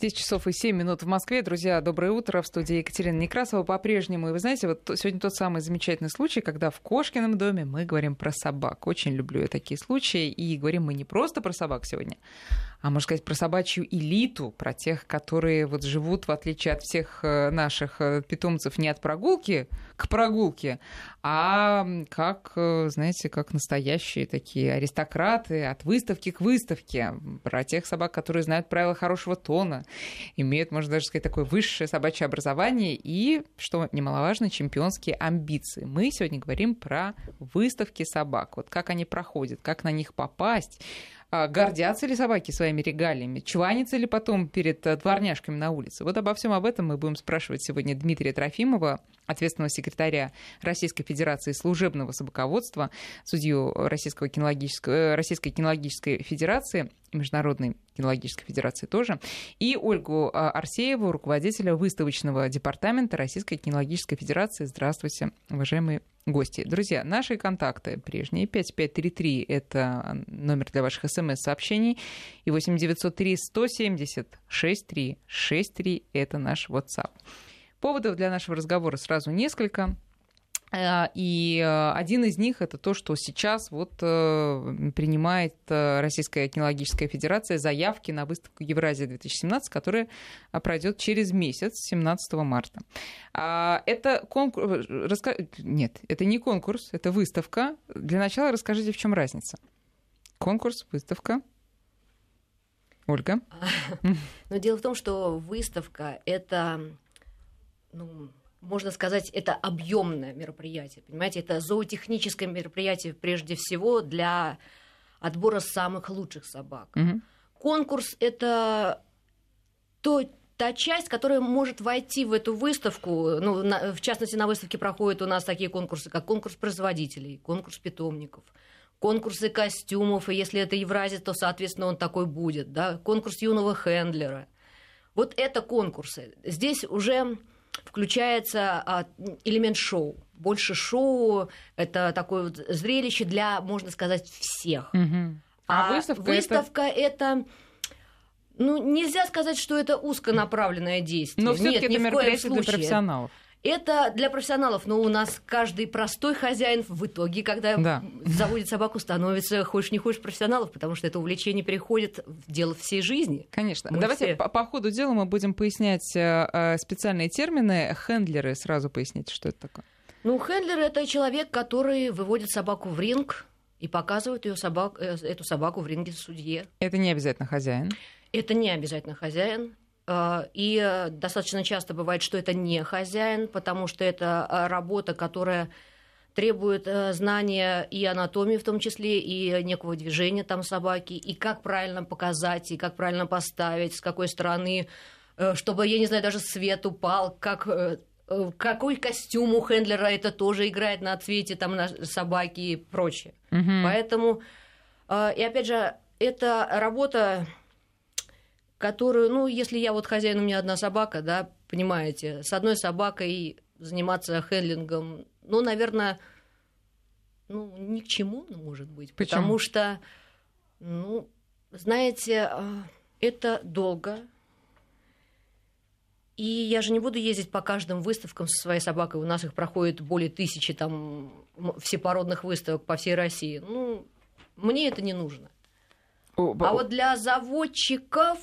10 часов и 7 минут в Москве. Друзья, доброе утро. В студии Екатерина Некрасова по-прежнему. И вы знаете, вот сегодня тот самый замечательный случай, когда в Кошкином доме мы говорим про собак. Очень люблю я такие случаи. И говорим мы не просто про собак сегодня, а, можно сказать, про собачью элиту, про тех, которые вот живут, в отличие от всех наших питомцев, не от прогулки к прогулке, а как, знаете, как настоящие такие аристократы, от выставки к выставке. Про тех собак, которые знают правила хорошего тона, имеют, можно даже сказать, такое высшее собачье образование и, что немаловажно, чемпионские амбиции. Мы сегодня говорим про выставки собак. Вот как они проходят, как на них попасть. Гордятся ли собаки своими регалиями? Чванятся ли потом перед дворняжками на улице? Вот обо всем об этом мы будем спрашивать сегодня Дмитрия Трофимова, ответственного секретаря Российской Федерации служебного собаководства, судью Российской кинологической Федерации, Международной кинологической Федерации тоже, и Ольгу Арсееву, руководителя выставочного департамента Российской кинологической Федерации. Здравствуйте, уважаемые гости. Друзья, наши контакты прежние. 5533 — это номер для ваших смс-сообщений. И 8903 170 6363 — это наш WhatsApp. Поводов для нашего разговора сразу несколько. И один из них — это то, что сейчас вот принимает Российская кинологическая Федерация заявки на выставку Евразия-2017, которая пройдет через месяц, 17 марта. Это конкурс... Нет, это не конкурс, это выставка. Для начала расскажите, в чем разница. Конкурс, выставка. Ольга. Но дело в том, что выставка — это... можно сказать, это объемное мероприятие, понимаете, это зоотехническое мероприятие прежде всего для отбора самых лучших собак. Угу. Конкурс — это та часть, которая может войти в эту выставку. В частности, на выставке проходят у нас такие конкурсы, как конкурс производителей, конкурс питомников, конкурсы костюмов, и если это Евразия, то, соответственно, он такой будет, да? Конкурс юного хендлера. Вот это конкурсы. Здесь уже включается элемент шоу. Больше шоу — это такое вот зрелище для, можно сказать, всех. Угу. А выставка это... нельзя сказать, что это узконаправленное действие. Но всё-таки это мероприятие для профессионалов. Это для профессионалов, но у нас каждый простой хозяин в итоге, когда заводит собаку, становится, хочешь не хочешь, профессионалов, потому что это увлечение переходит в дело всей жизни. Конечно. Давайте по ходу дела мы будем пояснять специальные термины. Хендлеры, сразу поясните, что это такое. Хендлер — это человек, который выводит собаку в ринг и показывает эту собаку в ринге судье. Это не обязательно хозяин? Это не обязательно хозяин. И достаточно часто бывает, что это не хозяин, потому что это работа, которая требует знания и анатомии в том числе, и некого движения там собаки, и как правильно показать, и как правильно поставить, с какой стороны, чтобы, я не знаю, даже свет упал, какой костюм у хендлера, это тоже играет на цвете там, на собаки и прочее. Угу. Поэтому, и опять же, это работа, которую, если я вот хозяин, у меня одна собака, да, понимаете, с одной собакой заниматься хендлингом, наверное, ни к чему, может быть. Почему? Потому что, знаете, это долго. И я же не буду ездить по каждым выставкам со своей собакой. У нас их проходит более 1000 там всепородных выставок по всей России. Мне это не нужно. А вот для заводчиков,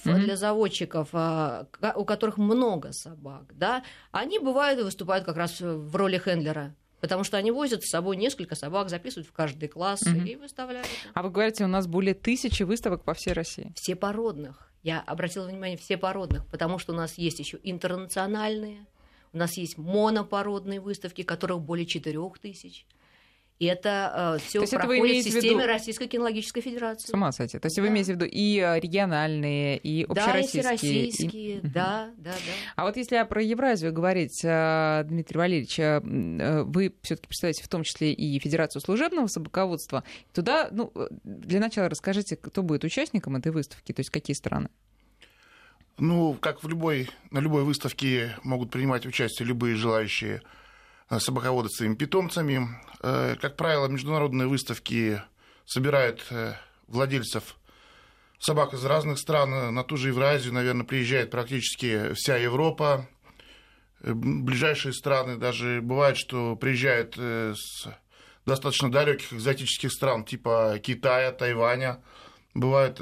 у которых много собак, да, они бывают и выступают как раз в роли хендлера, потому что они возят с собой несколько собак, записывают в каждый класс и выставляют. А вы говорите, у нас более 1000 выставок по всей России? Всепородных. Я обратила внимание, всепородных, потому что у нас есть еще интернациональные, у нас есть монопородные выставки, которых более 4000. И это все проходит в системе Российской кинологической Федерации. С ума сойти. То есть вы имеете в виду и региональные, и общероссийские. Да, и всероссийские, да. А вот если про Евразию говорить, Дмитрий Валерьевич, вы все-таки представляете в том числе и Федерацию служебного собаководства. Туда, для начала расскажите, кто будет участником этой выставки, то есть какие страны? Как на любой выставке могут принимать участие любые желающие собаководы с своими питомцами. Как правило, международные выставки собирают владельцев собак из разных стран. На ту же Евразию, наверное, приезжает практически вся Европа. Ближайшие страны даже бывает, что приезжают с достаточно далеких экзотических стран, типа Китая, Тайваня. Бывают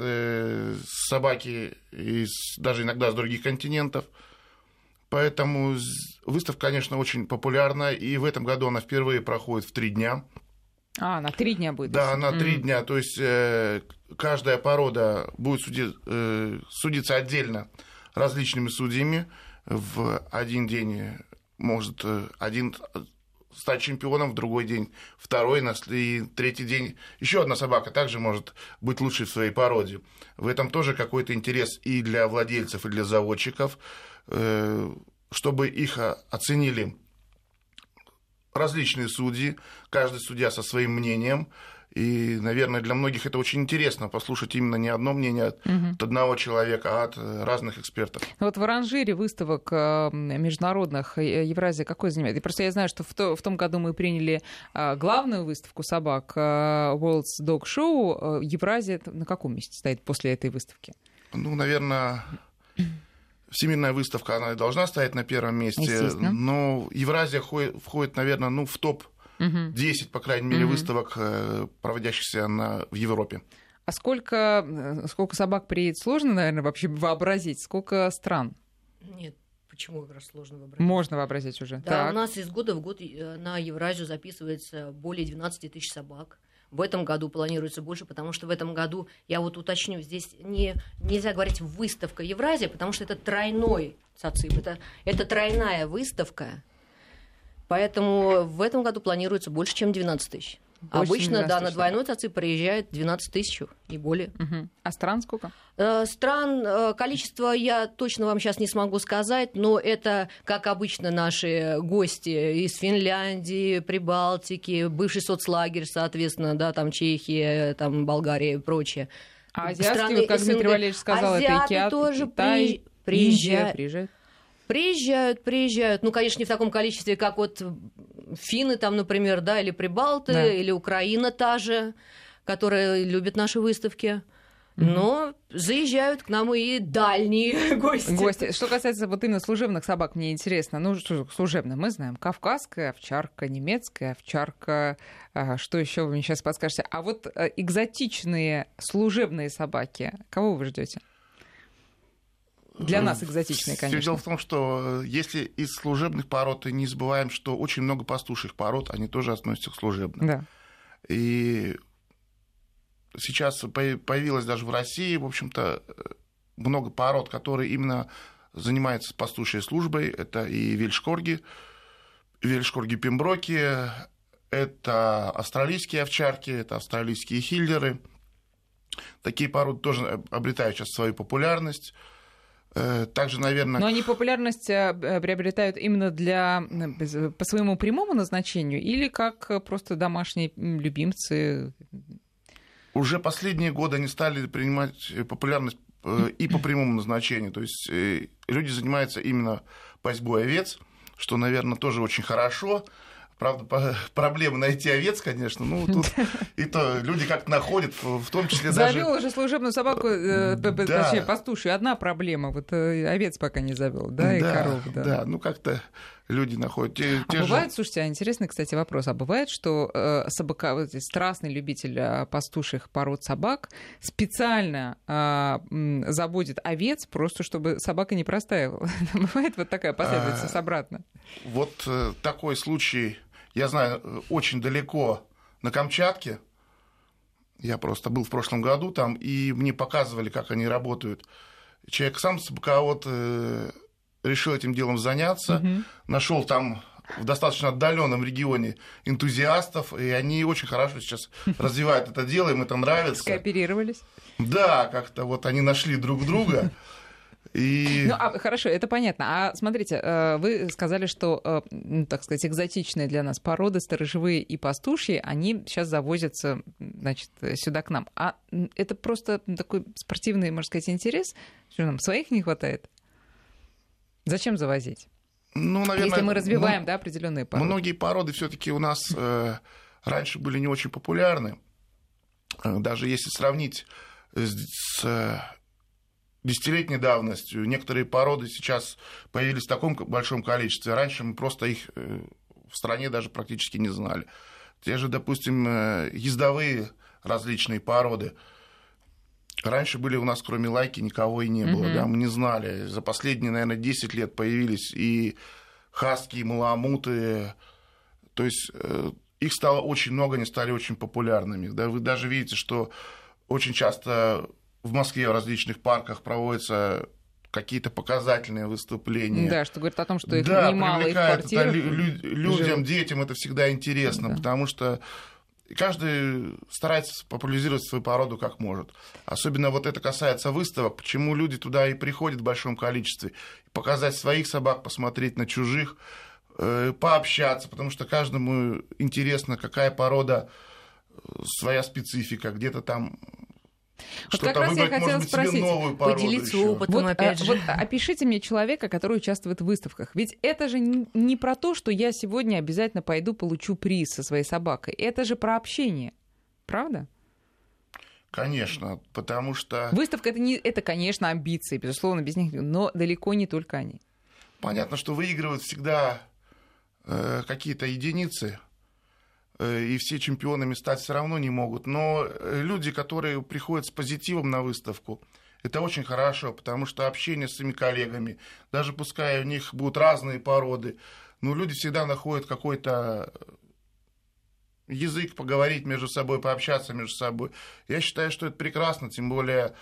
собаки даже иногда с других континентов. Поэтому выставка, конечно, очень популярна. И в этом году она впервые проходит в 3 дня. На 3 дня будет? Да, на 3 дня. То есть каждая порода будет судиться отдельно различными судьями. В один день может один стать чемпионом, в другой день второй, и третий день еще одна собака также может быть лучшей в своей породе. В этом тоже какой-то интерес и для владельцев, и для заводчиков, чтобы их оценили различные судьи, каждый судья со своим мнением. И, наверное, для многих это очень интересно послушать именно не одно мнение от одного человека, а от разных экспертов. Вот в оранжире выставок международных Евразия какой занимает? И просто я знаю, что в том году мы приняли главную выставку собак World's Dog Show. Евразия на каком месте стоит после этой выставки? Ну, наверное, Всемирная выставка, она должна стоять на первом месте. Но Евразия входит, наверное, в топ 10, по крайней мере, выставок, проводящихся в Европе. А сколько собак приедет, сложно, наверное, вообще вообразить? Сколько стран? Нет, почему как раз сложно вообразить? Можно вообразить уже. Да, так. У нас из года в год на Евразию записывается более 12 тысяч собак. В этом году планируется больше, потому что в этом году, я вот уточню, здесь нельзя говорить выставка Евразия, потому что это тройной ЦАЦИП, это тройная выставка. Поэтому в этом году планируется больше, чем 12 тысяч. Обычно, да, на двойной ЦАЦИП приезжает 12 тысяч и более. А стран сколько? Стран, количество я точно вам сейчас не смогу сказать, но это, как обычно, наши гости из Финляндии, Прибалтики, бывший соцлагерь, соответственно, да, там Чехия, там Болгария и прочее. А азиатские, как Дмитрий Валерьевич сказал, это Китай, тоже приезжают. Приезжают. Ну, конечно, не в таком количестве, как вот финны там, например, да, или прибалты, да. Или Украина та же, которая любит наши выставки. Но заезжают к нам и дальние гости. Что касается вот именно служебных собак, мне интересно. Ну, что служебно? Мы знаем кавказская овчарка, немецкая овчарка. Что еще вы мне сейчас подскажете? А вот экзотичные служебные собаки, кого вы ждете? Для нас экзотичные, конечно. Все дело в том, что если из служебных пород, не забываем, что очень много пастушьих пород, они тоже относятся к служебным. Да. И сейчас появилось даже в России, в общем-то, много пород, которые именно занимаются пастушьей службой. Это и вельшкорги пемброки, это австралийские овчарки, это австралийские хиллеры. Такие породы тоже обретают сейчас свою популярность. Также, наверное... Но они популярность приобретают именно по своему прямому назначению или как просто домашние любимцы? Уже последние годы они стали принимать популярность и по прямому назначению. То есть люди занимаются именно пасьбой овец, что, наверное, тоже очень хорошо. Правда, проблема найти овец, конечно, тут и то люди как-то находят, в том числе даже... Завел уже служебную собаку, точнее, пастушью, одна проблема, вот овец пока не завел, да, и коров, да. Да, ну как-то люди находят. Бывает, слушайте, интересный, кстати, вопрос, а бывает, что страстный любитель пастушьих пород собак специально заводит овец, просто чтобы собака не простаивала? Бывает вот такая последовательность обратно? Вот такой случай... Я знаю, очень далеко на Камчатке. Я просто был в прошлом году там, и мне показывали, как они работают. Человек сам, собаковод, решил этим делом заняться, нашел там в достаточно отдаленном регионе энтузиастов, и они очень хорошо сейчас развивают это дело, им это нравится. Скооперировались? Да, как-то вот они нашли друг друга. Хорошо, это понятно. А смотрите, вы сказали, что, так сказать, экзотичные для нас породы, сторожевые и пастушьи, они сейчас завозятся, значит, сюда к нам. А это просто такой спортивный, можно сказать, интерес? Что нам своих не хватает? Зачем завозить? Ну, наверное, если мы развиваем, да, определенные породы. Многие породы все-таки у нас раньше были не очень популярны. Даже если сравнить с десятилетней давностью. Некоторые породы сейчас появились в таком большом количестве. Раньше мы просто их в стране даже практически не знали. Те же, допустим, ездовые различные породы. Раньше были у нас, кроме лайки, никого и не было. Да, мы не знали. За последние, наверное, 10 лет появились и хаски, и маламуты. То есть их стало очень много, они стали очень популярными. Да, вы даже видите, что очень часто в Москве в различных парках проводятся какие-то показательные выступления. Да, что говорит о том, что их немало и в квартирах. Людям, детям это всегда интересно, потому что каждый старается популяризировать свою породу как может. Особенно вот это касается выставок, почему люди туда и приходят в большом количестве. Показать своих собак, посмотреть на чужих, пообщаться, потому что каждому интересно, какая порода, своя специфика, где-то там... Вот как раз я хотела спросить, поделиться опытом, опять же. Вот опишите мне человека, который участвует в выставках. Ведь это же не про то, что я сегодня обязательно пойду получу приз со своей собакой. Это же про общение. Правда? Конечно, потому что... Выставка это, конечно, амбиции, безусловно, без них, но далеко не только они. Понятно, что выигрывают всегда какие-то единицы, и все чемпионами стать все равно не могут. Но люди, которые приходят с позитивом на выставку, это очень хорошо, потому что общение с своими коллегами, даже пускай у них будут разные породы, но люди всегда находят какой-то язык поговорить между собой, пообщаться между собой. Я считаю, что это прекрасно, тем более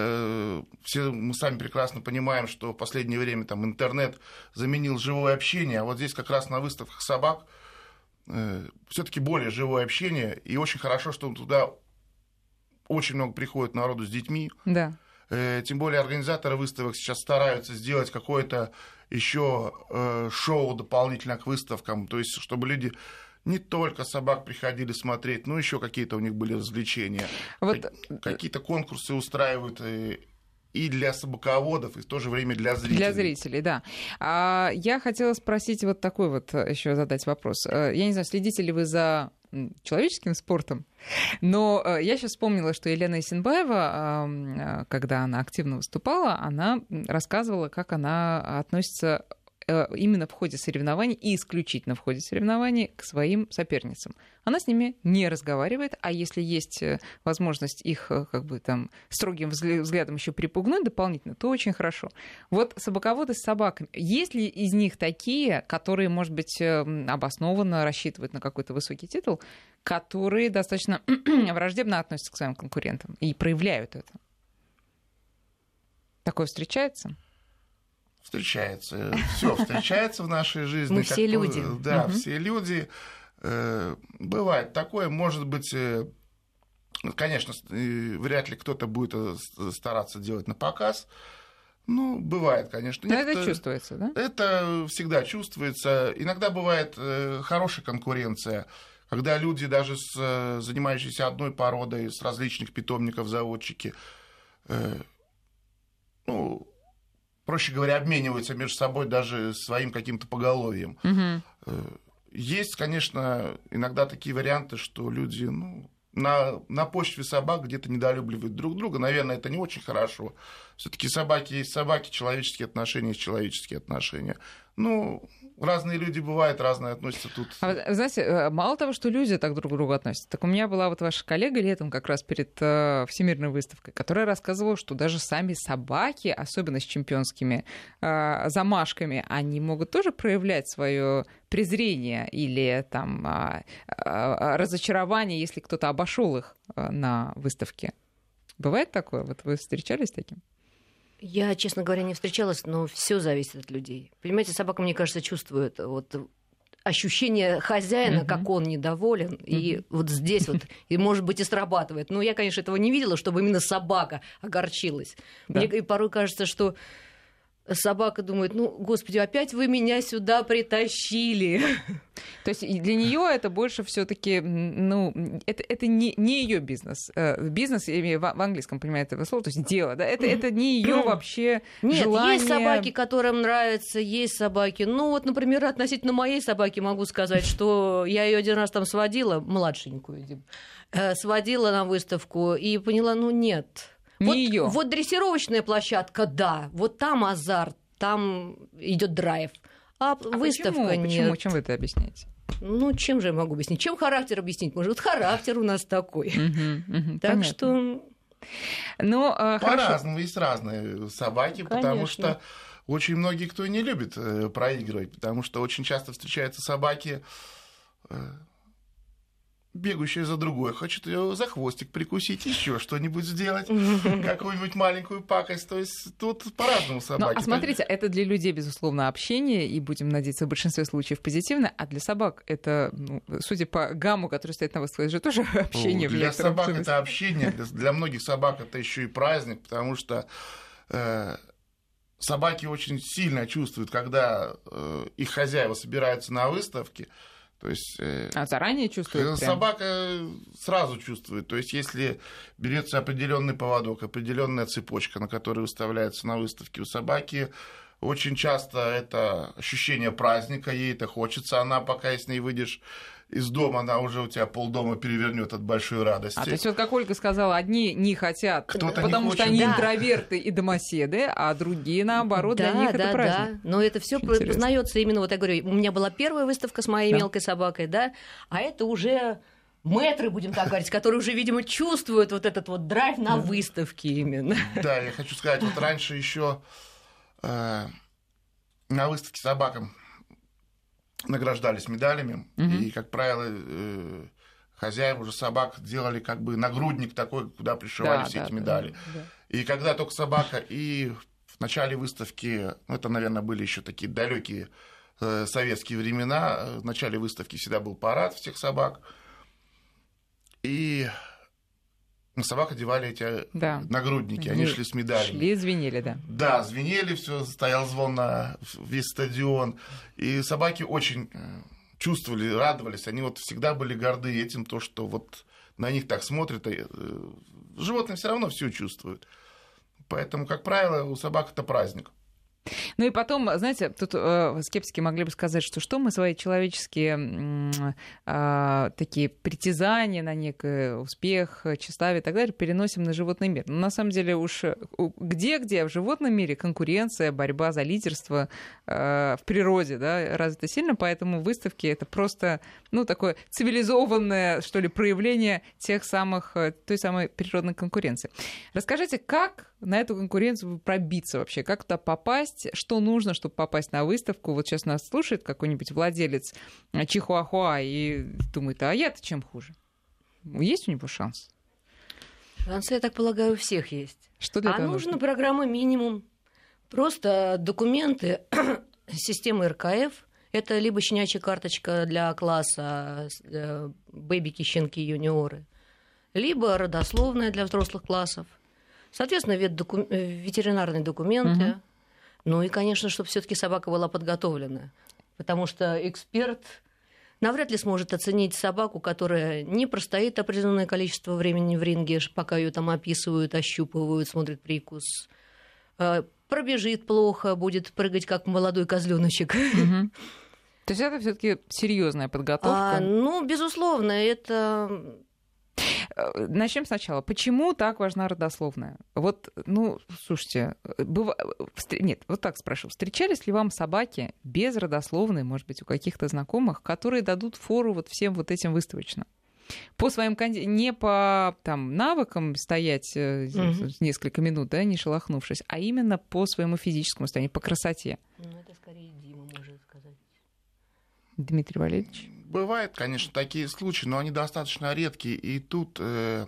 все мы сами прекрасно понимаем, что в последнее время там интернет заменил живое общение, а вот здесь как раз на выставках собак все-таки более живое общение, и очень хорошо, что туда очень много приходит народу с детьми. Да. Тем более организаторы выставок сейчас стараются сделать какое-то еще шоу дополнительно к выставкам, то есть чтобы люди не только собак приходили смотреть, но еще какие-то у них были развлечения. Вот... Какие-то конкурсы устраивают и для собаководов, и в то же время для зрителей. Для зрителей, да. Я хотела спросить вот такой вот еще задать вопрос. Я не знаю, следите ли вы за человеческим спортом, но я сейчас вспомнила, что Елена Исенбаева, когда она активно выступала, она рассказывала, как она относится именно в ходе соревнований и исключительно в ходе соревнований к своим соперницам. Она с ними не разговаривает, а если есть возможность их как бы там строгим взглядом еще припугнуть дополнительно, то очень хорошо. Вот собаководы с собаками. Есть ли из них такие, которые, может быть, обоснованно рассчитывают на какой-то высокий титул, которые достаточно враждебно относятся к своим конкурентам и проявляют это? Такое встречается? Встречается. Все встречается в нашей жизни. Мы все люди. Да, все люди. Бывает такое, может быть, конечно, вряд ли кто-то будет стараться делать на показ. Ну, бывает, конечно. Но это чувствуется, да? Это всегда чувствуется. Иногда бывает хорошая конкуренция, когда люди, даже занимающиеся одной породой, с различных питомников заводчики, проще говоря, обмениваются между собой даже своим каким-то поголовьем. Есть, конечно, иногда такие варианты, что люди на почве собак где-то недолюбливают друг друга. Наверное, это не очень хорошо. Все-таки собаки есть собаки, человеческие отношения есть человеческие отношения. Разные люди бывают, разные относятся тут. Знаете, мало того, что люди так друг к другу относятся, так у меня была вот ваша коллега летом как раз перед Всемирной выставкой, которая рассказывала, что даже сами собаки, особенно с чемпионскими замашками, они могут тоже проявлять свое презрение или там разочарование, если кто-то обошел их на выставке. Бывает такое? Вот вы встречались с таким? Я, честно говоря, не встречалась, но все зависит от людей. Понимаете, собака, мне кажется, чувствует ощущение хозяина, как он недоволен, и вот здесь вот, и, может быть, и срабатывает. Но я, конечно, этого не видела, чтобы именно собака огорчилась. Да. Мне порой кажется, что собака думает, господи, опять вы меня сюда притащили. То есть для нее это больше все-таки, это не ее бизнес. Бизнес, я имею в английском, понимаете, это слово, то есть дело, да, это не ее вообще желание. Нет, есть собаки, которым нравится, есть собаки. Например, относительно моей собаки могу сказать, что я ее один раз там сводила, младшенькую, сводила на выставку и поняла, нет. Вот дрессировочная площадка, да, вот там азарт, там идет драйв. А выставка почему? нет. Чем вы это объясняете? Ну, чем же я могу объяснить? Чем характер объяснить? Может, вот характер у нас такой. Так что... По-разному, есть разные собаки, потому что очень многие, кто не любит проигрывать, потому что очень часто встречаются собаки, бегающие за другой, хочет ее за хвостик прикусить, еще что-нибудь сделать, какую-нибудь маленькую пакость. То есть тут по-разному собаки. А смотрите, это для людей, безусловно, общение, и будем надеяться, в большинстве случаев позитивно, а для собак это, судя по гамму, который стоит на выставке, же тоже общение. Для собак это общение, для многих собак это еще и праздник, потому что собаки очень сильно чувствуют, когда их хозяева собираются на выставке. То есть, заранее чувствует? Собака сразу чувствует. То есть, если берется определенный поводок, определенная цепочка, на которой выставляется на выставке у собаки, очень часто это ощущение праздника, ей это хочется. Она, пока с ней выйдешь из дома, она уже у тебя полдома перевернет от большой радости. То есть, вот как Ольга сказала, одни не хотят, потому что они интроверты и домоседы, а другие, наоборот, для них это праздник. Но это все познается именно, вот я говорю, у меня была первая выставка с моей мелкой собакой, да, а это уже мэтры, будем так говорить, которые уже, видимо, чувствуют вот этот вот драйв на выставке именно. Да, я хочу сказать, вот раньше еще на выставке собакам награждались медалями, и, как правило, хозяева уже собак делали как бы нагрудник такой, куда пришивали все эти медали. И когда только собака, и в начале выставки, это, наверное, были еще такие далекие советские времена, в начале выставки всегда был парад всех собак, и на собак одевали эти нагрудники, они шли с медалями. Шли, звенели, да. Да, звенели, все, стоял звон на весь стадион. И собаки очень чувствовали, радовались. Они вот всегда были горды этим, то, что вот на них так смотрят. Животные все равно все чувствуют. Поэтому, как правило, у собак это праздник. Ну и потом, знаете, тут скептики могли бы сказать, что мы свои человеческие такие притязания на некий успех, тщеславие и так далее переносим на животный мир. Но на самом деле уж где-где в животном мире конкуренция, борьба за лидерство в природе, да, развита сильно, поэтому выставки — это просто, такое цивилизованное, что ли, проявление той самой природной конкуренции. Расскажите, как на эту конкуренцию пробиться вообще, как туда попасть, что нужно, чтобы попасть на выставку. Вот сейчас нас слушает какой-нибудь владелец чихуахуа и думает, а я-то чем хуже? Есть у него шанс? Шансы, я так полагаю, у всех есть. Что для этого нужна программа минимум. Просто документы системы РКФ. Это либо щенячья карточка для класса бэбики, щенки, юниоры, либо родословная для взрослых классов. Соответственно, ветеринарные документы. Ну и, конечно, чтобы все-таки собака была подготовлена. Потому что эксперт навряд ли сможет оценить собаку, которая не простоит определенное количество времени в ринге, пока ее там описывают, ощупывают, смотрят прикус. Пробежит плохо, будет прыгать как молодой козленочек. То есть это все-таки серьезная подготовка? Безусловно, это... Начнем сначала. Почему так важна родословная? Вот, слушайте, нет, вот так спрошу. Встречались ли вам собаки без родословной, может быть, у каких-то знакомых, которые дадут фору вот всем вот этим выставочным? По своим не по навыкам стоять несколько минут, да, не шелохнувшись, а именно по своему физическому состоянию, по красоте. Это скорее Дима может сказать. Дмитрий Валерьевич? Бывают, конечно, такие случаи, но они достаточно редкие. И тут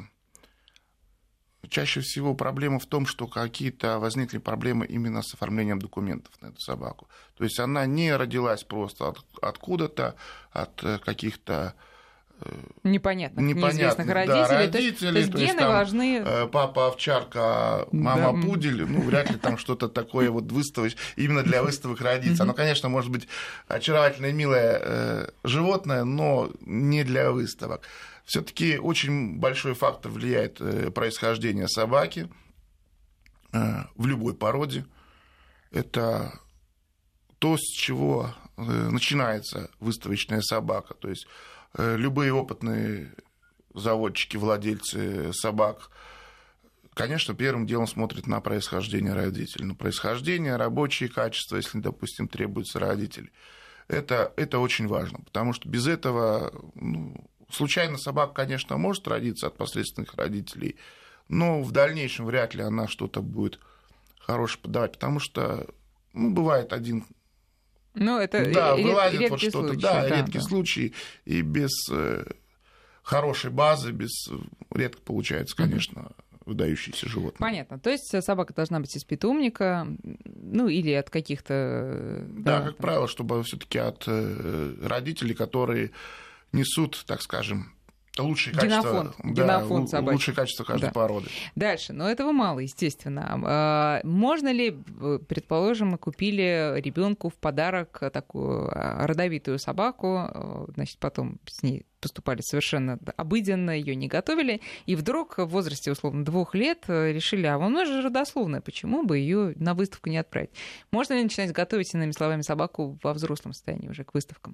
чаще всего проблема в том, что какие-то возникли проблемы именно с оформлением документов на эту собаку. То есть она не родилась просто откуда-то, от каких-то непонятных неизвестных родителей. То есть гены важны. Папа овчарка, мама пудель, вряд ли там что-то такое вот именно для выставок родится. Оно, конечно, может быть очаровательное, милое животное, но не для выставок. Все-таки очень большой фактор влияет происхождение собаки в любой породе. Это то, с чего начинается выставочная собака. То есть любые опытные заводчики, владельцы собак, конечно, первым делом смотрит на происхождение родителей, на происхождение, рабочие качества, если, допустим, требуются родители. Это очень важно, потому что без этого случайно собака, конечно, может родиться от посредственных родителей, но в дальнейшем вряд ли она что-то будет хорошее подавать, потому что бывает один... это вылазит вот что-то, случай, редкий случай, и без хорошей базы, редко получается, конечно, выдающиеся животные. Понятно. То есть собака должна быть из питомника, или от каких-то... Да, как правило, чтобы все-таки от родителей, которые несут, так скажем, лучшие качества, генофон собаки. Лучшие качества каждой породы. Дальше, но этого мало, естественно. Можно ли, предположим, мы купили ребенку в подарок такую родовитую собаку, значит, потом с ней поступали совершенно обыденно, ее не готовили, и вдруг в возрасте, условно, 2 лет решили, она же родословная, почему бы ее на выставку не отправить? Можно ли начинать готовить, иными словами, собаку во взрослом состоянии уже к выставкам?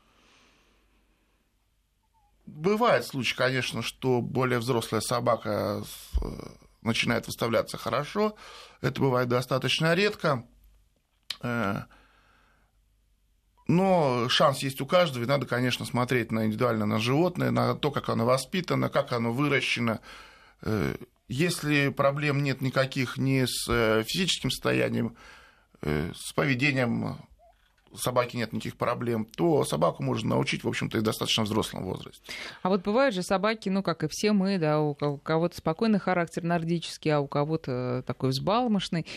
Бывает случай, конечно, что более взрослая собака начинает выставляться хорошо. Это бывает достаточно редко. Но шанс есть у каждого, и надо, конечно, смотреть индивидуально на животное, на то, как оно воспитано, как оно выращено. Если проблем нет никаких ни с физическим состоянием, с поведением собаки нет никаких проблем, то собаку можно научить, в общем-то, и в достаточно взрослом возрасте. А вот бывают же собаки, как и все мы, да, у кого-то спокойный характер нордический, а у кого-то такой взбалмошный.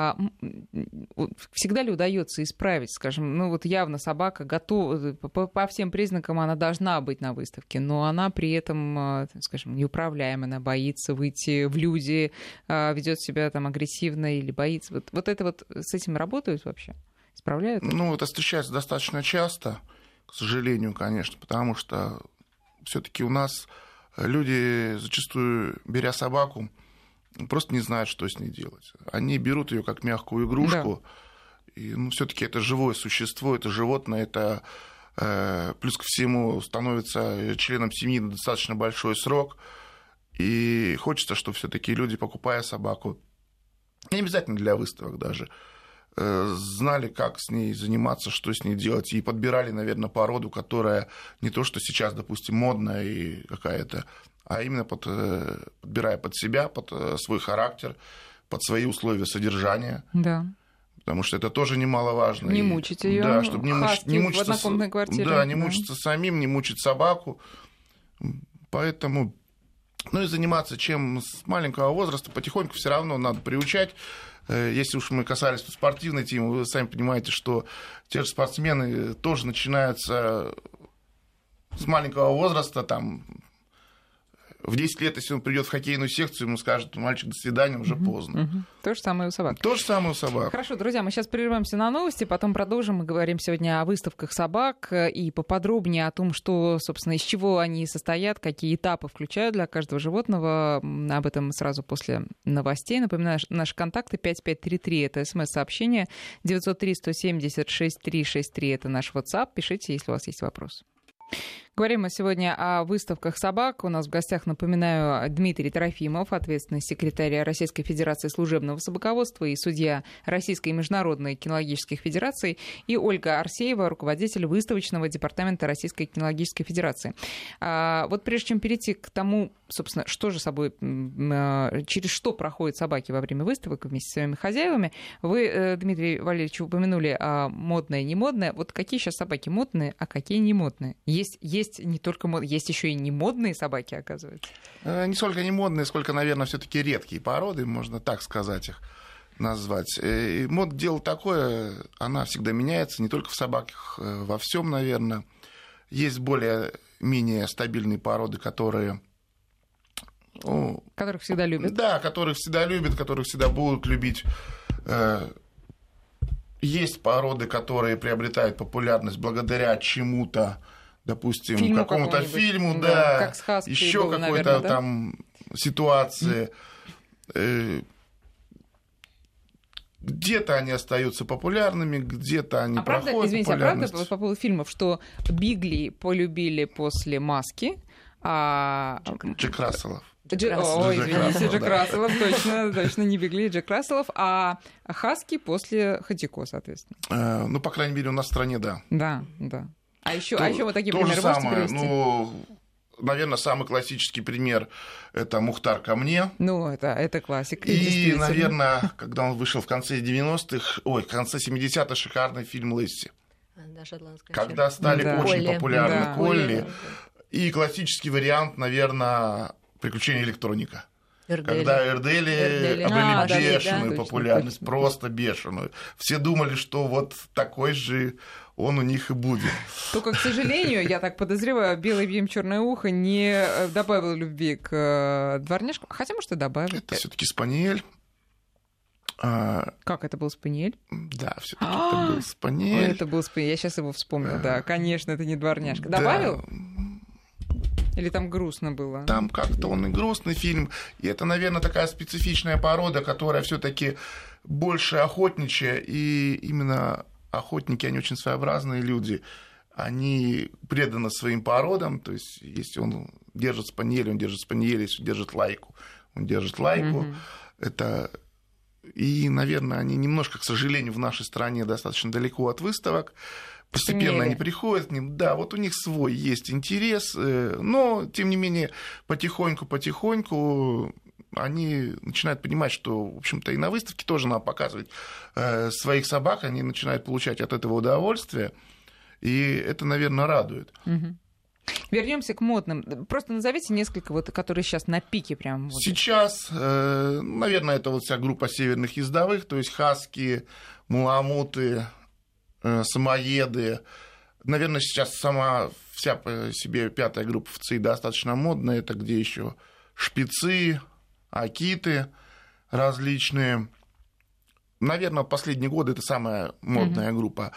Всегда ли удается исправить, скажем, явно собака готова, по всем признакам она должна быть на выставке, но она при этом, скажем, неуправляема, она боится выйти в люди, ведет себя агрессивно или боится. Вот это с этим работают вообще? Справляют? Это встречается достаточно часто, к сожалению, конечно, потому что все-таки у нас люди зачастую, беря собаку, просто не знают, что с ней делать. Они берут ее как мягкую игрушку, и все-таки это живое существо, это животное, это плюс ко всему становится членом семьи на достаточно большой срок, и хочется, чтобы все-таки люди, покупая собаку, не обязательно для выставок даже, знали, как с ней заниматься, что с ней делать, и подбирали, наверное, породу, которая не то, что сейчас, допустим, модная и какая-то, а именно подбирая под себя, под свой характер, под свои условия содержания. Да. Потому что это тоже немаловажно. Не мучить ее. Да, чтобы не мучиться, в однокомнатной квартире. Да, не мучиться самим, не мучить собаку. Поэтому... и заниматься чем с маленького возраста, потихоньку все равно надо приучать. Если уж мы касались спортивной темы, вы сами понимаете, что те же спортсмены тоже начинаются с маленького возраста, в 10 лет, если он придет в хоккейную секцию, ему скажут: мальчик, до свидания, уже поздно. То же самое у собак. То же самое у собак. Хорошо, друзья, мы сейчас прервемся на новости, потом продолжим. Мы говорим сегодня о выставках собак и поподробнее о том, что, собственно, из чего они состоят, какие этапы включают для каждого животного. Об этом сразу после новостей. Напоминаю, наши контакты 5533 — это смс-сообщение, 903-170-6363 — это наш WhatsApp. Пишите, если у вас есть вопрос. Говорим мы сегодня о выставках собак. У нас в гостях, напоминаю, Дмитрий Трофимов, ответственный секретарь Российской Федерации служебного собаководства и судья Российской международной кинологической федерации, и Ольга Арсеева, руководитель выставочного департамента Российской кинологической федерации. Вот прежде чем перейти к тому, собственно, что же собой, через что проходят собаки во время выставок вместе с своими хозяевами, вы, Дмитрий Валерьевич, упомянули модное и немодное. Вот какие сейчас собаки модные, а какие не модные? Есть не только есть еще и не модные собаки, оказывается. Не сколько не модные, сколько, наверное, все-таки редкие породы, можно так сказать их назвать. И мод дело такое, она всегда меняется, не только в собаках, во всем, наверное. Есть более-менее стабильные породы, которые... которых всегда любят. Да, которых всегда любят, которых всегда будут любить. Есть породы, которые приобретают популярность благодаря чему-то, допустим, какому-то фильму, да, еще какой-то там ситуации. Где-то они остаются популярными, где-то они проходят популярность. А правда, по поводу фильмов, что Бигли полюбили после «Маски», Джек Рассел. извините, Джек Расселов, точно, не Бегли, Джек Расселов, а хаски после Хатико, соответственно. Ну, по крайней мере, у нас в стране, да. Да. А еще вот такие то примеры можете привести? Ну, наверное, самый классический пример – это «Мухтар ко мне». Ну, это классика. И, наверное, когда он вышел в конце 90-х, в конце 70-х, шикарный фильм «Лесси». Когда стали очень популярны Колли. И классический вариант, наверное, «Приключения электроника». Когда Эрдели обрели бешеную популярность, просто бешеную. Все думали, что вот такой же он у них и будет. Только, к сожалению, я так подозреваю, «Белый бим, черное ухо» не добавил любви к дворняжкам. Хотя, может, и добавил. Это все-таки спаниель. Как это был спаниель? Да, все-таки это был спаниель. Это был спаниель. Я сейчас его вспомнил. Да, конечно, это не дворняжка. Добавил? Или там грустно было? Там как-то он и грустный фильм. И это, наверное, такая специфичная порода, которая все-таки больше охотничья. И именно охотники, они очень своеобразные люди. Они преданы своим породам. То есть, если он держит спаниель, он держит спаниель. Если он держит лайку, он держит лайку. Это... И, наверное, они немножко, к сожалению, в нашей стране достаточно далеко от выставок. Постепенно они приходят к ним. Да, вот у них свой есть интерес, но, тем не менее, потихоньку они начинают понимать, что, в общем-то, и на выставке тоже надо показывать своих собак, они начинают получать от этого удовольствие, и это, наверное, радует. Вернемся к модным. Просто назовите несколько, вот, которые сейчас на пике прям. Сейчас, наверное, это вот вся группа северных ездовых, то есть хаски, муламуты, самоеды. Наверное, сейчас сама вся по себе пятая группа ВЦИ достаточно модная. Это где еще шпицы, акиты различные. Наверное, в последние годы это самая модная группа.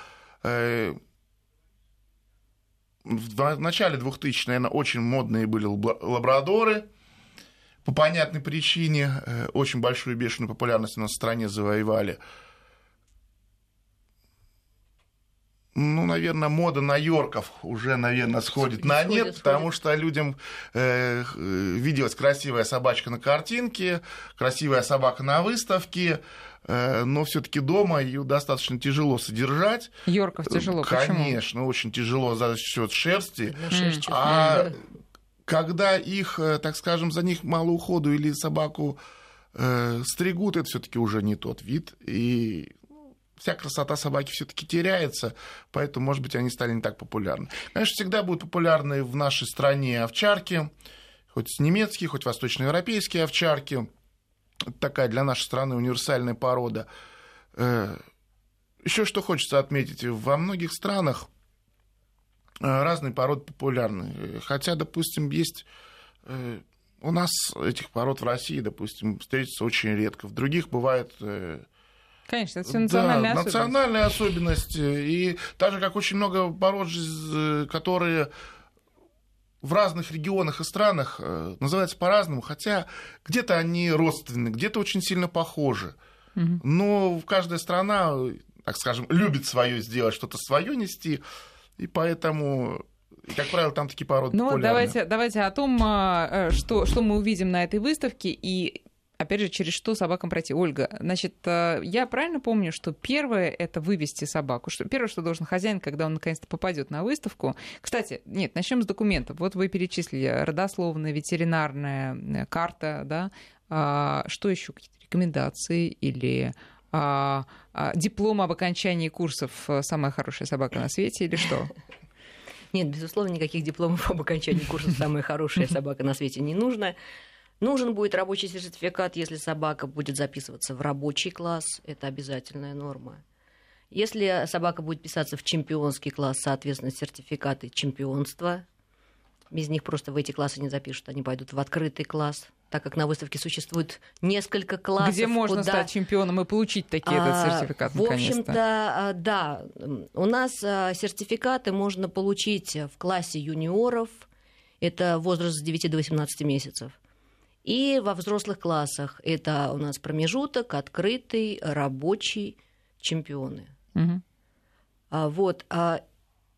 В начале 2000-х, наверное, очень модные были лабрадоры. По понятной причине очень большую бешеную популярность у нас в стране завоевали. Ну, наверное, мода на йорков уже, наверное, сходит на нет, потому что людям виделась красивая собачка на картинке, красивая собака на выставке, но все-таки дома ее достаточно тяжело содержать. Йорков тяжело, конечно, почему? Конечно, очень тяжело за счет шерсти. А когда их, так скажем, за них мало уходу или собаку стригут, это все-таки уже не тот вид. И вся красота собаки все-таки теряется, поэтому, может быть, они стали не так популярны. Конечно, всегда будут популярны в нашей стране овчарки, хоть немецкие, хоть восточноевропейские овчарки. Это такая для нашей страны универсальная порода. Еще что хочется отметить, во многих странах разные породы популярны. Хотя, допустим, есть... У нас этих пород в России, допустим, встретится очень редко. В других бывает... Конечно, это все национальные особенности. Национальные особенности. И так же, как очень много пород, которые в разных регионах и странах называются по-разному, хотя где-то они родственны, где-то очень сильно похожи. Но каждая страна, так скажем, любит свое сделать, что-то свое нести, и поэтому... И, как правило, там такие породы популярны. Давайте о том, что мы увидим на этой выставке, и опять же, через что собакам пройти. Ольга, значит, я правильно помню, что первое — это вывести собаку. Первое, что должен хозяин, когда он наконец-то попадет на выставку. Кстати, нет, начнем с документов. Вот вы перечислили родословная, ветеринарная карта, да. Что еще? Какие-то рекомендации или диплом об окончании курсов «Самая хорошая собака на свете» или что? Нет, безусловно, никаких дипломов об окончании курсов «Самая хорошая собака на свете» не нужно. Нужен будет рабочий сертификат, если собака будет записываться в рабочий класс, это обязательная норма. Если собака будет писаться в чемпионский класс, соответственно, сертификаты чемпионства. Без них просто в эти классы не запишут, они пойдут в открытый класс, так как на выставке существует несколько классов. Где можно стать чемпионом и получить такие сертификаты, наконец-то. В общем-то, да. У нас сертификаты можно получить в классе юниоров, это возраст с 9 до 18 месяцев. И во взрослых классах это у нас промежуток, открытый, рабочий, чемпионы. Угу.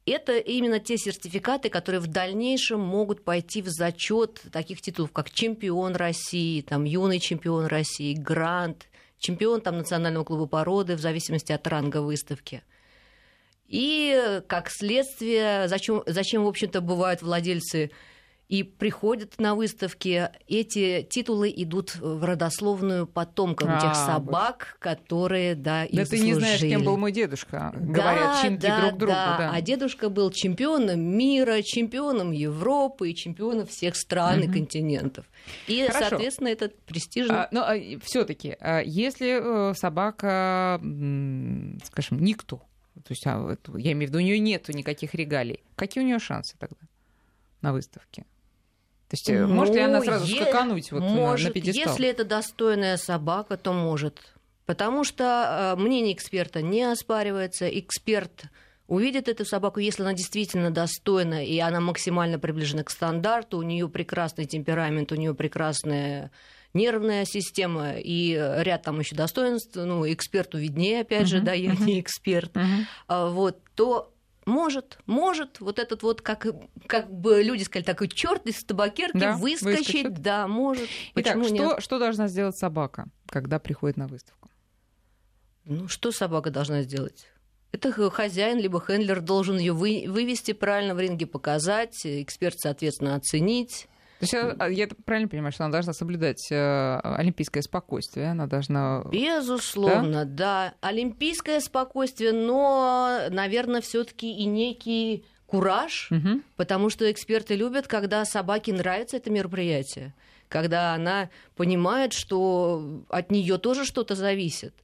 это именно те сертификаты, которые в дальнейшем могут пойти в зачет таких титулов, как чемпион России, там, юный чемпион России, грант, чемпион там, национального клуба породы, в зависимости от ранга выставки. И, как следствие, зачем в общем-то, бывают владельцы и приходят на выставки, эти титулы идут в родословную потомкам тех собак, которые, да, их заслужили. Да ты не знаешь, кем был мой дедушка, говорят щенки друг другу. Да. А дедушка был чемпионом мира, чемпионом Европы и чемпионом всех стран и континентов. И, хорошо, соответственно, это престижно. Но все-таки, если собака, скажем, никто, то есть, я имею в виду, у нее нету никаких регалий, какие у нее шансы тогда на выставке? То есть, может ли она сразу скакануть на пьедестал? Если это достойная собака, то может. Потому что мнение эксперта не оспаривается. Эксперт увидит эту собаку, если она действительно достойна, и она максимально приближена к стандарту, у нее прекрасный темперамент, у нее прекрасная нервная система и ряд там еще достоинств, ну, эксперту виднее, опять же, да, я не эксперт, то может вот этот вот, как бы люди сказали, такой черт из табакерки выскочить, да, может. Итак, что должна сделать собака, когда приходит на выставку? Ну, что собака должна сделать? Это хозяин, либо хендлер должен ее вывести правильно в ринге, показать, эксперт, соответственно, оценить. То есть я правильно понимаю, что она должна соблюдать олимпийское спокойствие, она должна... Безусловно, да. Олимпийское спокойствие, но, наверное, все-таки и некий кураж, потому что эксперты любят, когда собаке нравится это мероприятие, когда она понимает, что от нее тоже что-то зависит.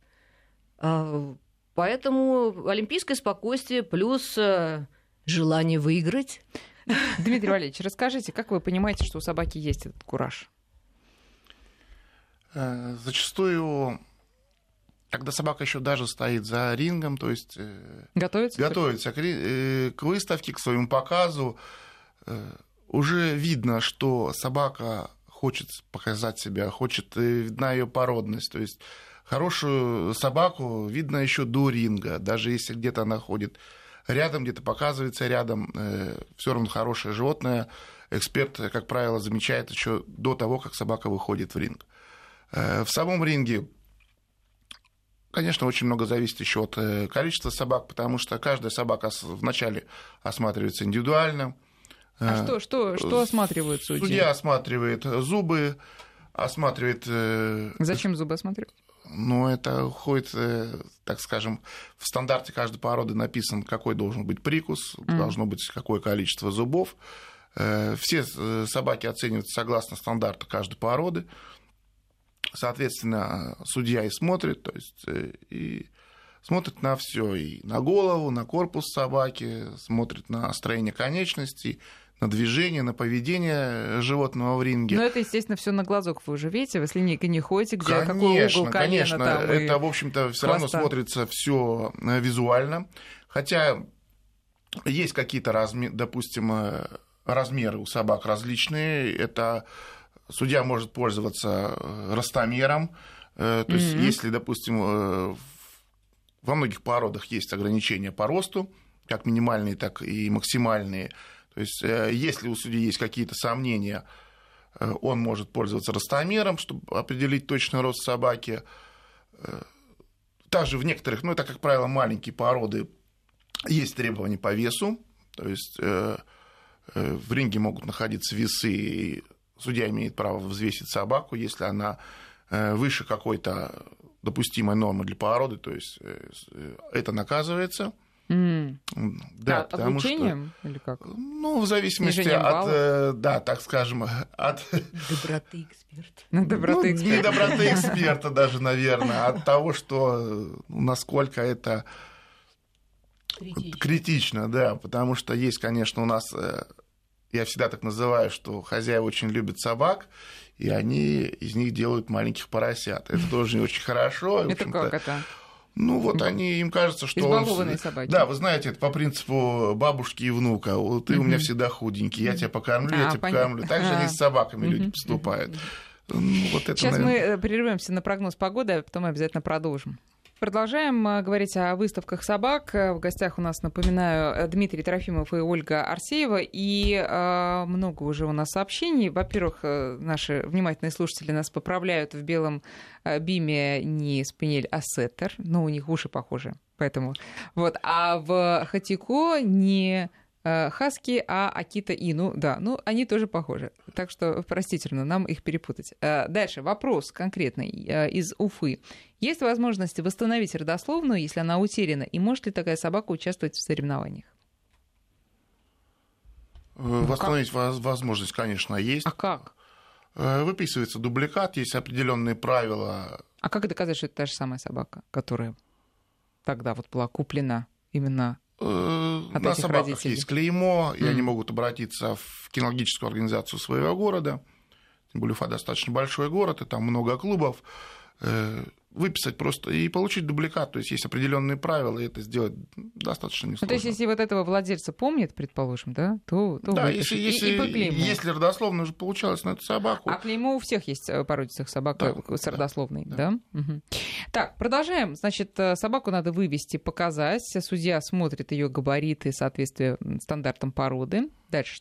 Поэтому олимпийское спокойствие плюс желание выиграть. Дмитрий Валерьевич, расскажите, как вы понимаете, что у собаки есть этот кураж? Зачастую, когда собака еще даже стоит за рингом, то есть готовится к выставке, к своему показу, уже видно, что собака хочет показать себя, видна ее породность, то есть хорошую собаку видно еще до ринга, даже если где-то она ходит рядом, где-то показывается рядом, все равно хорошее животное. Эксперт, как правило, замечает еще до того, как собака выходит в ринг. В самом ринге, конечно, очень много зависит еще от количества собак, потому что каждая собака вначале осматривается индивидуально. А что осматривают судьи? Судья осматривает зубы, осматривает... Зачем зубы осматривать? Ну, это входит, так скажем, в стандарте каждой породы написан, какой должен быть прикус, должно быть какое количество зубов. Все собаки оцениваются согласно стандарту каждой породы. Соответственно, судья и смотрит, то есть и смотрит на все, и на голову, на корпус собаки, смотрит на строение конечностей, на движение, на поведение животного в ринге. Но это, естественно, все на глазок вы уже видите, вы с линейкой не ходите, где конечно, какой угол колена. Конечно, там это, в общем-то, все равно смотрится все визуально. Хотя есть какие-то, допустим, размеры у собак различные. Это судья может пользоваться ростомером. То есть, если, допустим, во многих породах есть ограничения по росту, как минимальные, так и максимальные. То есть, если у судьи есть какие-то сомнения, он может пользоваться ростомером, чтобы определить точный рост собаки. Также в некоторых, это, как правило, маленькие породы, есть требования по весу. То есть, в ринге могут находиться весы, и судья имеет право взвесить собаку, если она выше какой-то допустимой нормы для породы, то есть это наказывается. Да, облучением или как? В зависимости от, так скажем, от... Доброты эксперта. Не доброты эксперта даже, наверное, от того, что насколько это критично, да, потому что есть, конечно, у нас, я всегда так называю, что хозяева очень любят собак, и они из них делают маленьких поросят. Это тоже не очень хорошо. Это как это? Им кажется, что... Избалованные собаки. Да, вы знаете, это по принципу бабушки и внука. Ты у меня всегда худенький, я тебя покормлю, я тебя покормлю. Так же они с собаками люди поступают. Сейчас мы прервемся на прогноз погоды, а потом обязательно продолжим. Продолжаем говорить о выставках собак. В гостях у нас, напоминаю, Дмитрий Трофимов и Ольга Арсеева. И много уже у нас сообщений. Во-первых, наши внимательные слушатели нас поправляют: в белом биме не спаниель, а сеттер. Но у них уши похожи. Поэтому вот. А в хатико не хаски, а акита ину. Да, ну, они тоже похожи. Так что простительно нам их перепутать. Дальше вопрос конкретный из Уфы. Есть возможность восстановить родословную, если она утеряна? И может ли такая собака участвовать в соревнованиях? Восстановить возможность, конечно, есть. А как? Выписывается дубликат, есть определенные правила. А как доказать, что это та же самая собака, которая тогда вот была куплена именно от на этих собаках родителей? есть клеймо, и они могут обратиться в кинологическую организацию своего города. Тем более Уфа достаточно большой город, и там много клубов. Выписать просто и получить дубликат. То есть есть определенные правила, и это сделать достаточно несложно. Ну, то есть если вот этого владельца помнит, предположим, да, то да, выпишет. И по клейму. Если родословно уже получалось на эту собаку. А клеймо у всех есть породистых собак, да, с родословной, да? Угу. Так, продолжаем. Значит, собаку надо вывести, показать. Судья смотрит ее габариты, соответствие стандартам породы. Дальше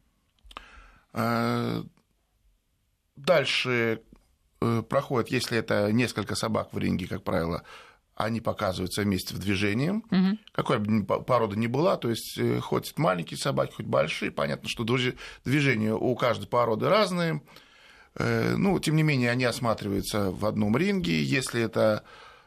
что? Дальше проходит, если это несколько собак в ринге, как правило, они показываются вместе в движении. Угу. Какой бы порода ни была, то есть хоть маленькие собаки, хоть большие, понятно, что движения у каждой породы разные. Ну, тем не менее, они осматриваются в одном ринге. Если это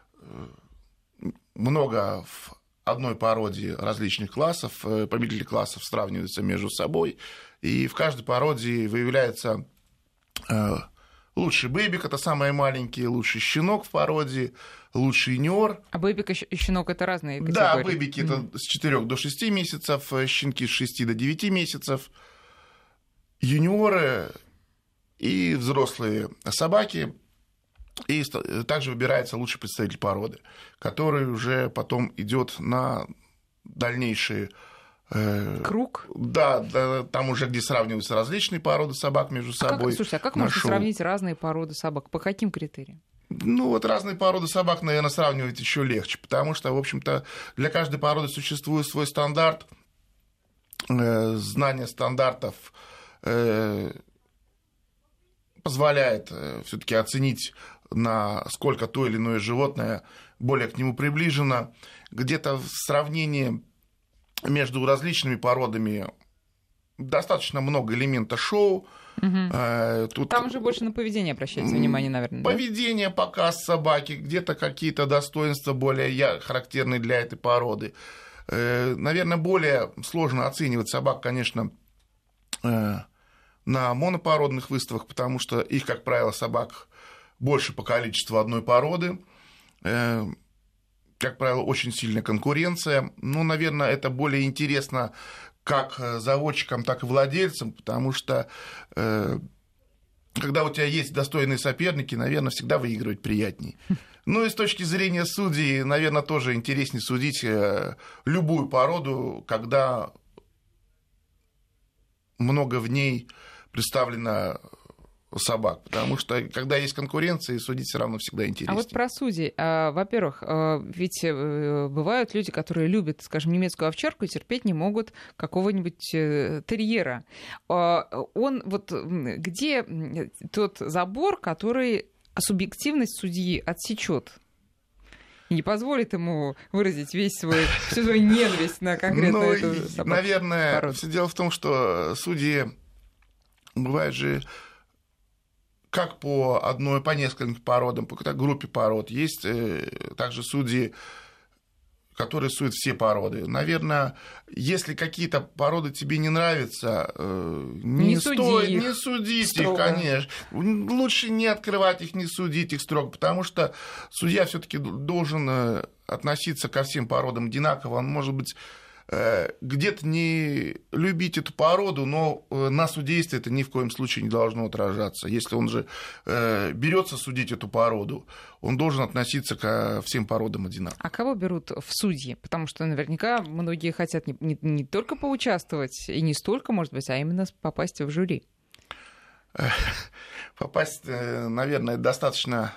много в одной породе различных классов, победители классов сравниваются между собой, и в каждой породе выявляется лучший бэбик, это самые маленькие, лучший щенок в породе, лучший юниор. А бэбик и щенок — это разные категории? Да, бэбики это с 4 до 6 месяцев, щенки с 6 до 9 месяцев, юниоры и взрослые собаки. И также выбирается лучший представитель породы, который уже потом идет на дальнейшие круг? Да, там уже где сравниваются различные породы собак между собой. Слушайте, а как можно сравнить разные породы собак? По каким критериям? Ну, вот разные породы собак, наверное, сравнивать еще легче, потому что, в общем-то, для каждой породы существует свой стандарт. Знание стандартов позволяет все-таки оценить, насколько то или иное животное более к нему приближено. Где-то в сравнении между различными породами достаточно много элемента шоу. Угу. Тут там же больше на поведение обращается внимание, наверное. Поведение, да? Показ собаки, где-то какие-то достоинства более характерные для этой породы. Наверное, более сложно оценивать собак, конечно, на монопородных выставках, потому что их, как правило, собак больше по количеству одной породы. Как правило, очень сильная конкуренция. Ну, наверное, это более интересно как заводчикам, так и владельцам, потому что когда у тебя есть достойные соперники, наверное, всегда выигрывать приятней. Ну и с точки зрения судей, наверное, тоже интереснее судить любую породу, когда много в ней представлено собак, потому что когда есть конкуренция, судить все равно всегда интереснее. А вот про судей. Во-первых, ведь бывают люди, которые любят, скажем, немецкую овчарку и терпеть не могут какого-нибудь терьера. Он вот где тот забор, который субъективность судьи отсечет? И не позволит ему выразить всю свою ненависть на конкретно эту собаку. Наверное, все дело в том, что судьи бывают же как по нескольким породам, по какой-то группе пород. Есть также судьи, которые судят все породы. Наверное, если какие-то породы тебе не нравятся, не судить их, конечно. Лучше не открывать их, не судить их строго, потому что судья все-таки должен относиться ко всем породам одинаково. Он, может быть, где-то не любить эту породу, но на судействе это ни в коем случае не должно отражаться. Если он же берется судить эту породу, он должен относиться ко всем породам одинаково. А кого берут в судьи? Потому что наверняка многие хотят не только поучаствовать, и не столько, может быть, а именно попасть в жюри. Попасть, наверное, достаточно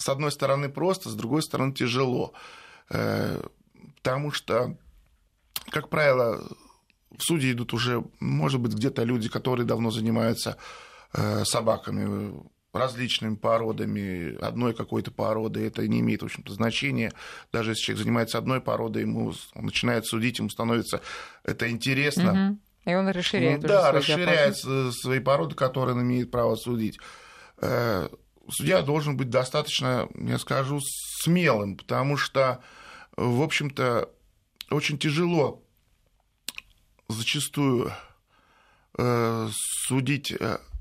с одной стороны просто, с другой стороны тяжело. Потому что, как правило, в суде идут уже, может быть, где-то люди, которые давно занимаются собаками, различными породами, одной какой-то породы, это не имеет, в общем-то, значения. Даже если человек занимается одной породой, он начинает судить, ему становится это интересно. И он расширяет расширяет свои породы, которые он имеет право судить. Судья должен быть достаточно, я скажу, смелым, потому что, в общем-то, очень тяжело зачастую судить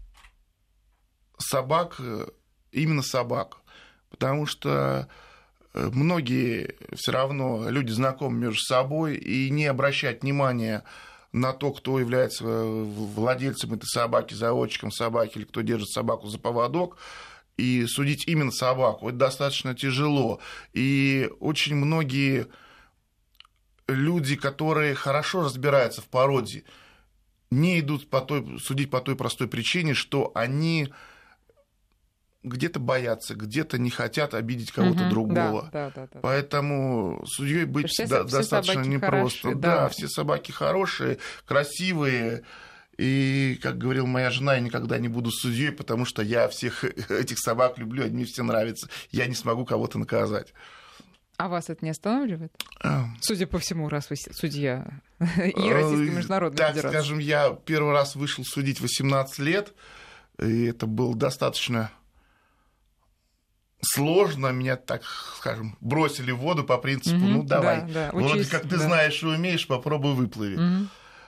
собак, именно собак, потому что многие все равно люди знакомы между собой, и не обращать внимания на то, кто является владельцем этой собаки, заводчиком собаки, или кто держит собаку за поводок, и судить именно собаку, это достаточно тяжело. И очень многие люди, которые хорошо разбираются в породе, не идут судить по той простой причине, что они где-то боятся, где-то не хотят обидеть кого-то другого. Да. Поэтому судьей быть достаточно непросто. Хорошие, да, все собаки хорошие, красивые. И, как говорила моя жена, я никогда не буду судьей, потому что я всех этих собак люблю, они мне все нравятся. Я не смогу кого-то наказать. А вас это не останавливает? Судя по всему, раз вы судья и Российской международной федерации. Так скажем, я первый раз вышел судить в 18 лет, и это было достаточно сложно. Меня, так скажем, бросили в воду по принципу, ну давай, вроде как ты знаешь и умеешь, попробуй выплыви.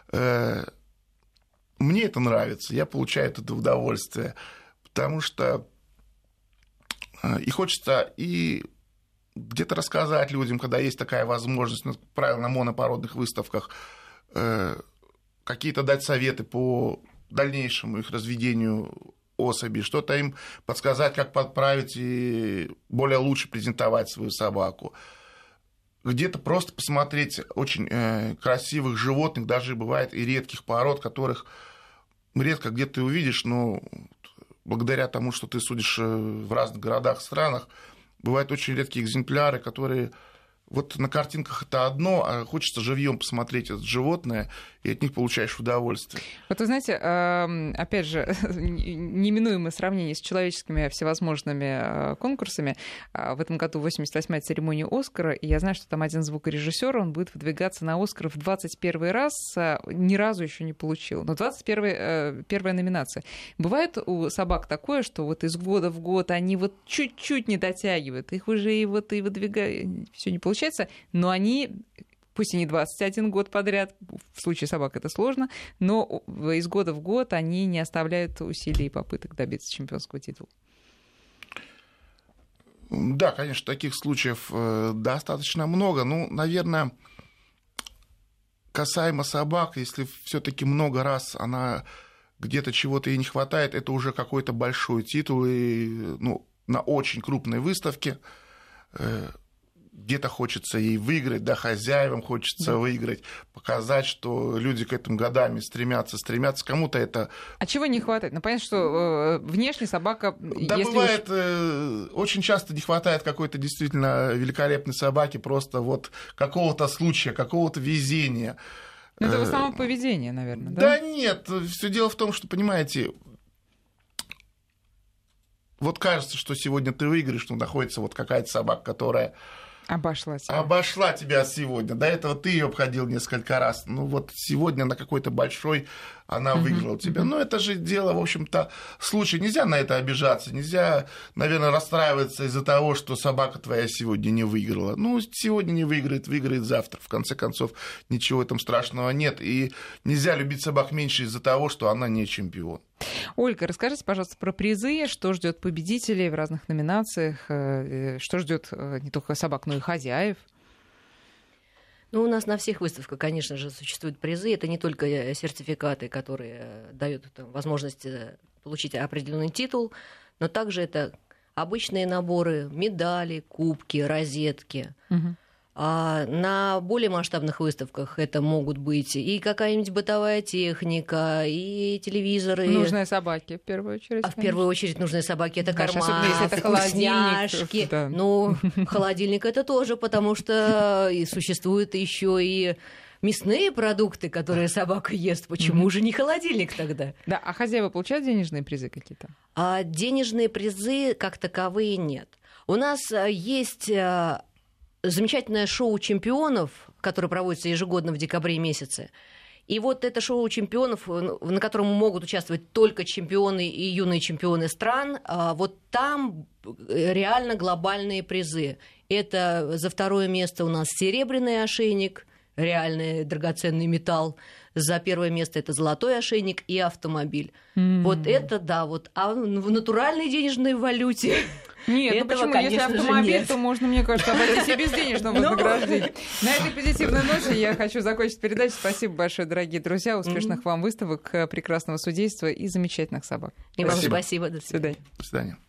Мне это нравится, я получаю от этого удовольствие, потому что и хочется и где-то рассказать людям, когда есть такая возможность, ну, правильно, на монопородных выставках, какие-то дать советы по дальнейшему их разведению особи, что-то им подсказать, как подправить и более лучше презентовать свою собаку. Где-то просто посмотреть очень красивых животных, даже бывает и редких пород, которых редко где ты увидишь, но благодаря тому, что ты судишь в разных городах, странах, бывают очень редкие экземпляры, которые вот на картинках это одно, а хочется живьем посмотреть это животное, и от них получаешь удовольствие. Вот вы знаете, опять же, неминуемое сравнение с человеческими всевозможными конкурсами. В этом году 88-я церемония «Оскара», и я знаю, что там один звукорежиссер, он будет выдвигаться на «Оскар» в 21 раз, ни разу еще не получил. Но 21-я номинация. Бывает у собак такое, что вот из года в год они вот чуть-чуть не дотягивают, их уже и выдвигают, все не получается, но они, пусть и не 21 год подряд, в случае собак это сложно, но из года в год они не оставляют усилий и попыток добиться чемпионского титула. Да, конечно, таких случаев достаточно много. Ну, наверное, касаемо собак, если все-таки много раз она где-то чего-то ей не хватает, это уже какой-то большой титул, и, ну, на очень крупной выставке. Где-то хочется ей выиграть, да, хозяевам хочется выиграть, показать, что люди к этому годами стремятся. Кому-то это... А чего не хватает? Ну, понятно, что внешне собака... Да, если бывает, очень часто не хватает какой-то действительно великолепной собаки, просто вот какого-то случая, какого-то везения. Ну, это в основном поведение, наверное, да? Да нет, все дело в том, что, понимаете, вот кажется, что сегодня ты выиграешь, но находится вот какая-то собака, которая... Обошла тебя сегодня. До этого ты ее обходил несколько раз. Ну вот сегодня на какой-то большой она выиграла тебя. Но это же дело, в общем-то, случай. Нельзя на это обижаться. Нельзя, наверное, расстраиваться из-за того, что собака твоя сегодня не выиграла. Ну, сегодня не выиграет, выиграет завтра. В конце концов, ничего в этом страшного нет. И нельзя любить собак меньше из-за того, что она не чемпион. Ольга, расскажите, пожалуйста, про призы, что ждет победителей в разных номинациях, что ждет не только собак, но и хозяев. Ну, у нас на всех выставках, конечно же, существуют призы. Это не только сертификаты, которые дают возможность получить определенный титул, но также это обычные наборы, медали, кубки, розетки. На более масштабных выставках это могут быть и какая-нибудь бытовая техника, и телевизоры. Нужные собаки, в первую очередь. В первую очередь нужные собаки — это Конечно, карман, особенно если это вкусняшки. Да. Ну, холодильник — это тоже, потому что и существуют еще и мясные продукты, которые собака ест. Почему же не холодильник тогда? Да, а хозяева получают денежные призы какие-то? Денежные призы как таковые нет. У нас есть замечательное шоу чемпионов, которое проводится ежегодно в декабре месяце. И вот это шоу чемпионов, на котором могут участвовать только чемпионы и юные чемпионы стран, вот там реально глобальные призы. Это за второе место у нас серебряный ошейник, реальный драгоценный металл. За первое место это золотой ошейник и автомобиль. Вот это да, вот. А в натуральной денежной валюте... Нет, ну почему? Если автомобиль, то можно, мне кажется, обойтись и без денежного вознаграждения. На этой позитивной ноте я хочу закончить передачу. Спасибо большое, дорогие друзья. Успешных вам выставок, прекрасного судейства и замечательных собак. И вам спасибо. До свидания. До свидания.